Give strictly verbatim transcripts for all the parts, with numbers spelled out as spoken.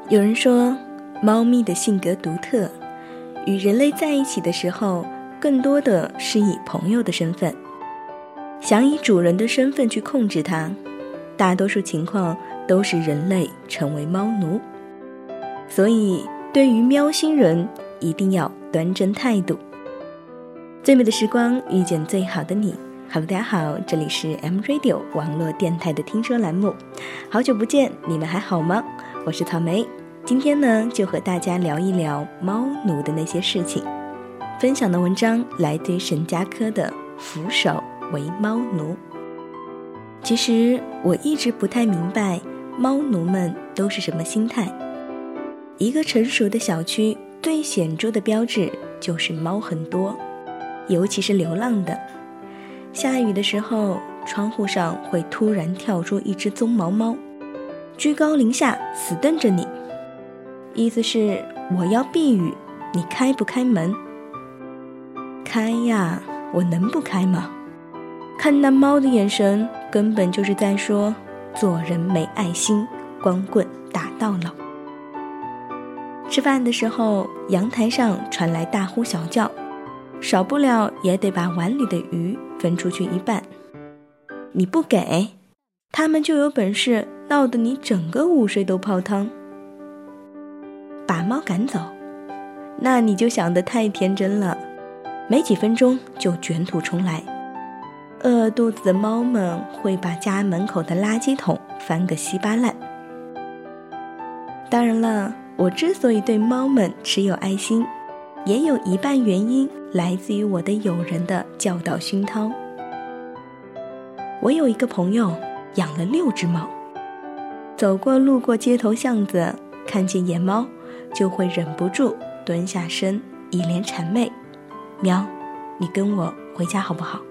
有人说，猫咪的性格独特，与人类在一起的时候，更多的是以朋友的身份，想以主人的身份去控制它，大多数情况都是人类成为猫奴。所以，对于喵星人，一定要端正态度。最美的时光遇见最好的你。Hello， 大家好，这里是 M Radio 网络电台的听说栏目。好久不见，你们还好吗？我是草莓，今天呢就和大家聊一聊猫奴的那些事情。分享的文章来自于沈佳柯的《俯首为猫奴》。其实我一直不太明白猫奴们都是什么心态。一个成熟的小区最显著的标志就是猫很多，尤其是流浪的。下雨的时候，窗户上会突然跳出一只棕毛猫，居高临下死瞪着你，意思是我要避雨，你开不开门？开呀，我能不开吗？看那猫的眼神，根本就是在说做人没爱心，光棍打到老。吃饭的时候，阳台上传来大呼小叫，少不了也得把碗里的鱼分出去一半。你不给，他们就有本事闹得你整个午睡都泡汤。把猫赶走，那你就想得太天真了，没几分钟就卷土重来。饿肚子的猫们会把家门口的垃圾桶翻个稀巴烂。当然了，我之所以对猫们持有爱心，也有一半原因来自于我的友人的教导熏陶。我有一个朋友养了六只猫，走过路过街头巷子，看见野猫就会忍不住蹲下身，一脸谄媚，喵，你跟我回家好不好？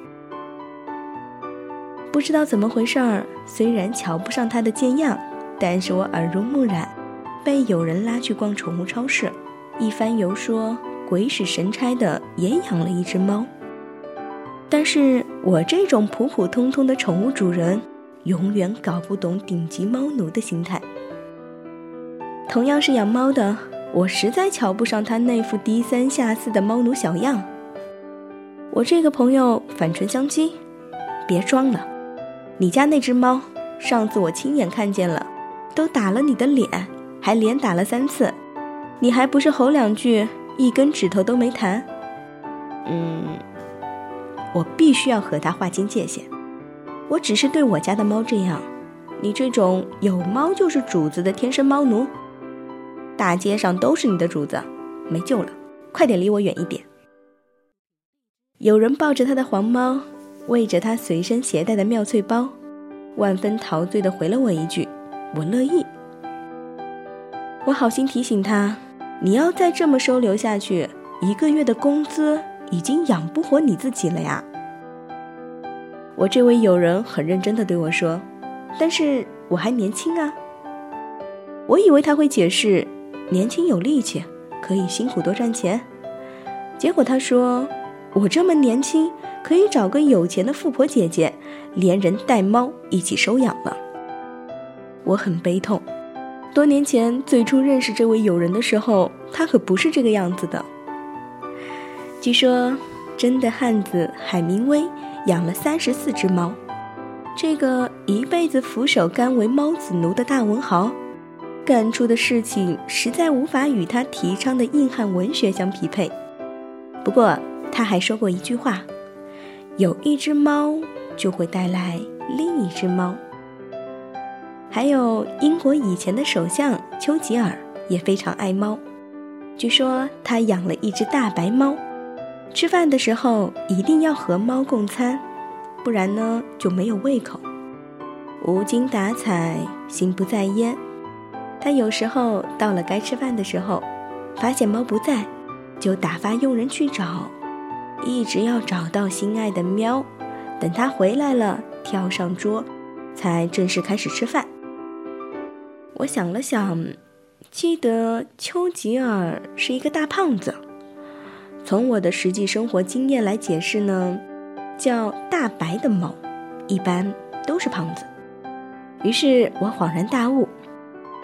不知道怎么回事儿，虽然瞧不上他的贱样，但是我耳濡目染，被友人拉去逛宠物超市，一番游说，鬼使神差的也养了一只猫。但是我这种普普通通的宠物主人，永远搞不懂顶级猫奴的心态。同样是养猫的，我实在瞧不上他那副低三下四的猫奴小样。我这个朋友反唇相讥，别装了，你家那只猫，上次我亲眼看见了，都打了你的脸，还连打了三次，你还不是吼两句，一根指头都没弹。嗯，我必须要和他划清界限。我只是对我家的猫这样，你这种有猫就是主子的天生猫奴，大街上都是你的主子，没救了，快点离我远一点。有人抱着他的黄猫，喂着他随身携带的妙脆包，万分陶醉地回了我一句，我乐意。我好心提醒他，你要再这么收留下去，一个月的工资已经养不活你自己了呀。我这位友人很认真地对我说，但是我还年轻啊。我以为他会解释，年轻有力气，可以辛苦多赚钱。结果他说，我这么年轻，可以找个有钱的富婆姐姐，连人带猫一起收养了。我很悲痛。多年前最初认识这位友人的时候，他可不是这个样子的。据说真的汉子海明威养了三十四只猫，这个一辈子俯首甘为猫子奴的大文豪，干出的事情实在无法与他提倡的硬汉文学相匹配。不过他还说过一句话，有一只猫就会带来另一只猫。还有英国以前的首相丘吉尔也非常爱猫，据说他养了一只大白猫，吃饭的时候一定要和猫共餐，不然呢就没有胃口。无精打采，心不在焉。他有时候到了该吃饭的时候，发现猫不在，就打发佣人去找，一直要找到心爱的喵，等他回来了，跳上桌，才正式开始吃饭。我想了想，记得丘吉尔是一个大胖子，从我的实际生活经验来解释呢，叫大白的猫一般都是胖子。于是我恍然大悟，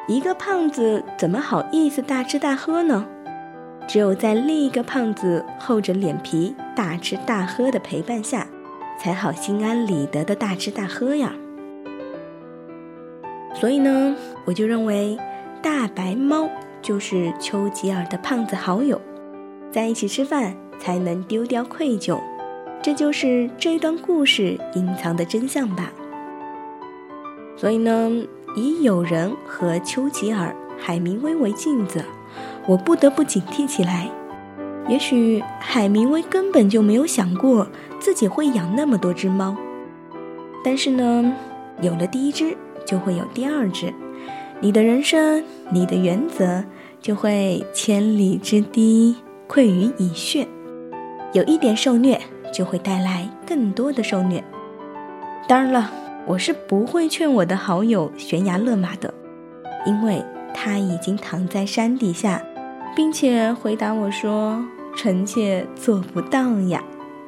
一个胖子怎么好意思大吃大喝呢？只有在另一个胖子厚着脸皮大吃大喝的陪伴下，才好心安理得的大吃大喝呀。所以呢，我就认为大白猫就是丘吉尔的胖子好友，在一起吃饭才能丢掉愧疚，这就是这段故事隐藏的真相吧。所以呢，以友人和丘吉尔、海明威为镜子，我不得不警惕起来。也许海明威根本就没有想过自己会养那么多只猫，但是呢，有了第一只就会有第二只，你的人生，你的原则就会千里之堤溃于蚁穴，有一点受虐就会带来更多的受虐。当然了，我是不会劝我的好友悬崖勒马的，因为他已经躺在山底下，并且回答我说，臣妾做不到呀。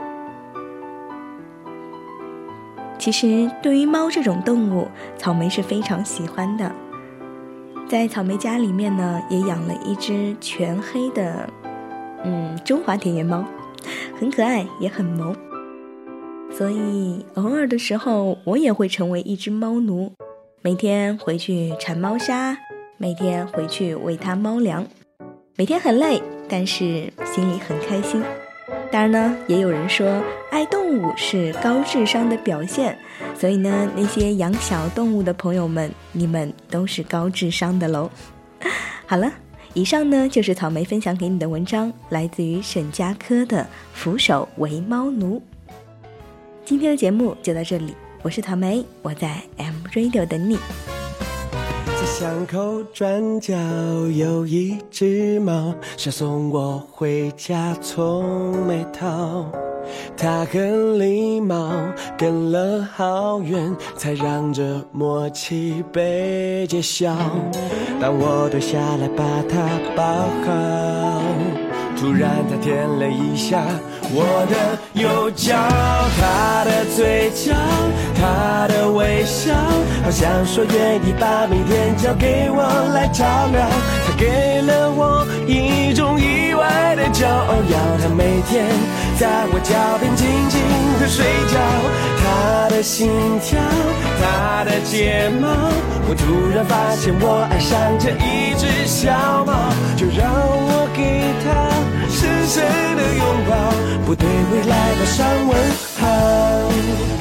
其实对于猫这种动物，草莓是非常喜欢的。在草莓家里面呢，也养了一只全黑的嗯，中华田园猫，很可爱也很萌，所以偶尔的时候我也会成为一只猫奴，每天回去铲猫砂，每天回去喂它猫粮，每天很累，但是心里很开心。当然呢，也有人说爱动物是高智商的表现，所以呢，那些养小动物的朋友们，你们都是高智商的喽。好了，以上呢就是草莓分享给你的文章，来自于沈佳柯的《俯首为猫奴》。今天的节目就到这里，我是草莓，我在 M Radio 等你。 在巷口转角有一只猫，想送我回家从没逃。它很礼貌，跟了好远，才让这默契被揭晓。当我蹲下来把它抱好，突然它舔了一下我的右脚，它的嘴角，它的微笑，好像说愿意把明天交给我来照料。它给了我一种意外的骄傲，要它每天在我脚边静静的睡觉。它的心跳，它的睫毛，我突然发现我爱上这一只小猫。就让我给它深深的拥抱，不对未来的上问号。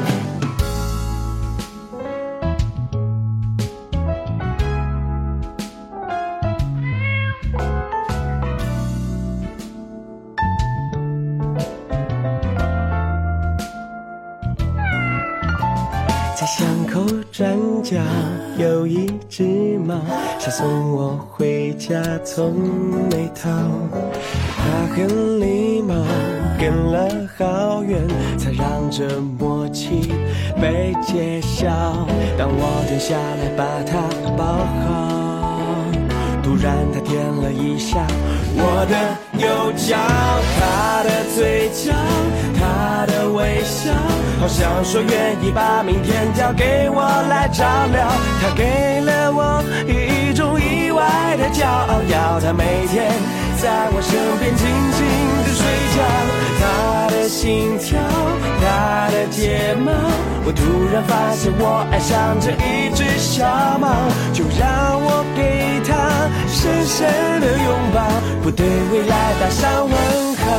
在巷口转角有一只猫，想送我回家从没逃。它很礼貌，跟了好远，才让这默契被揭晓。当我蹲下来把它抱好，突然它舔了一下我的右脚。它的嘴角，它的微笑，好像说愿意把明天交给我来照料。它给了我一种意外的骄傲，要它每天在我身边静静的睡觉。它的心跳，它的睫毛，我突然发现我爱上这一只小猫。就让我给它深深的拥抱，不对未来打上问号。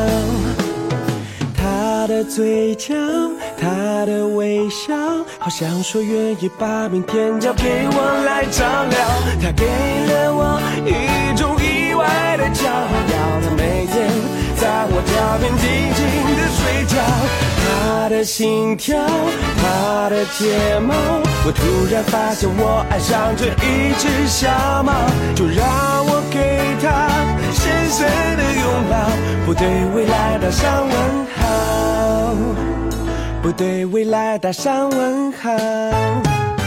他的嘴角，他的微笑，好像说愿意把明天交给我来照料。他给了我一种意外的骄傲，要他每天在我脚边静静的睡觉。他的心跳，他的睫毛，我突然发现我爱上这一只小猫。就让我给他深深的拥抱，不对未来打上问号，不对未来打上问号。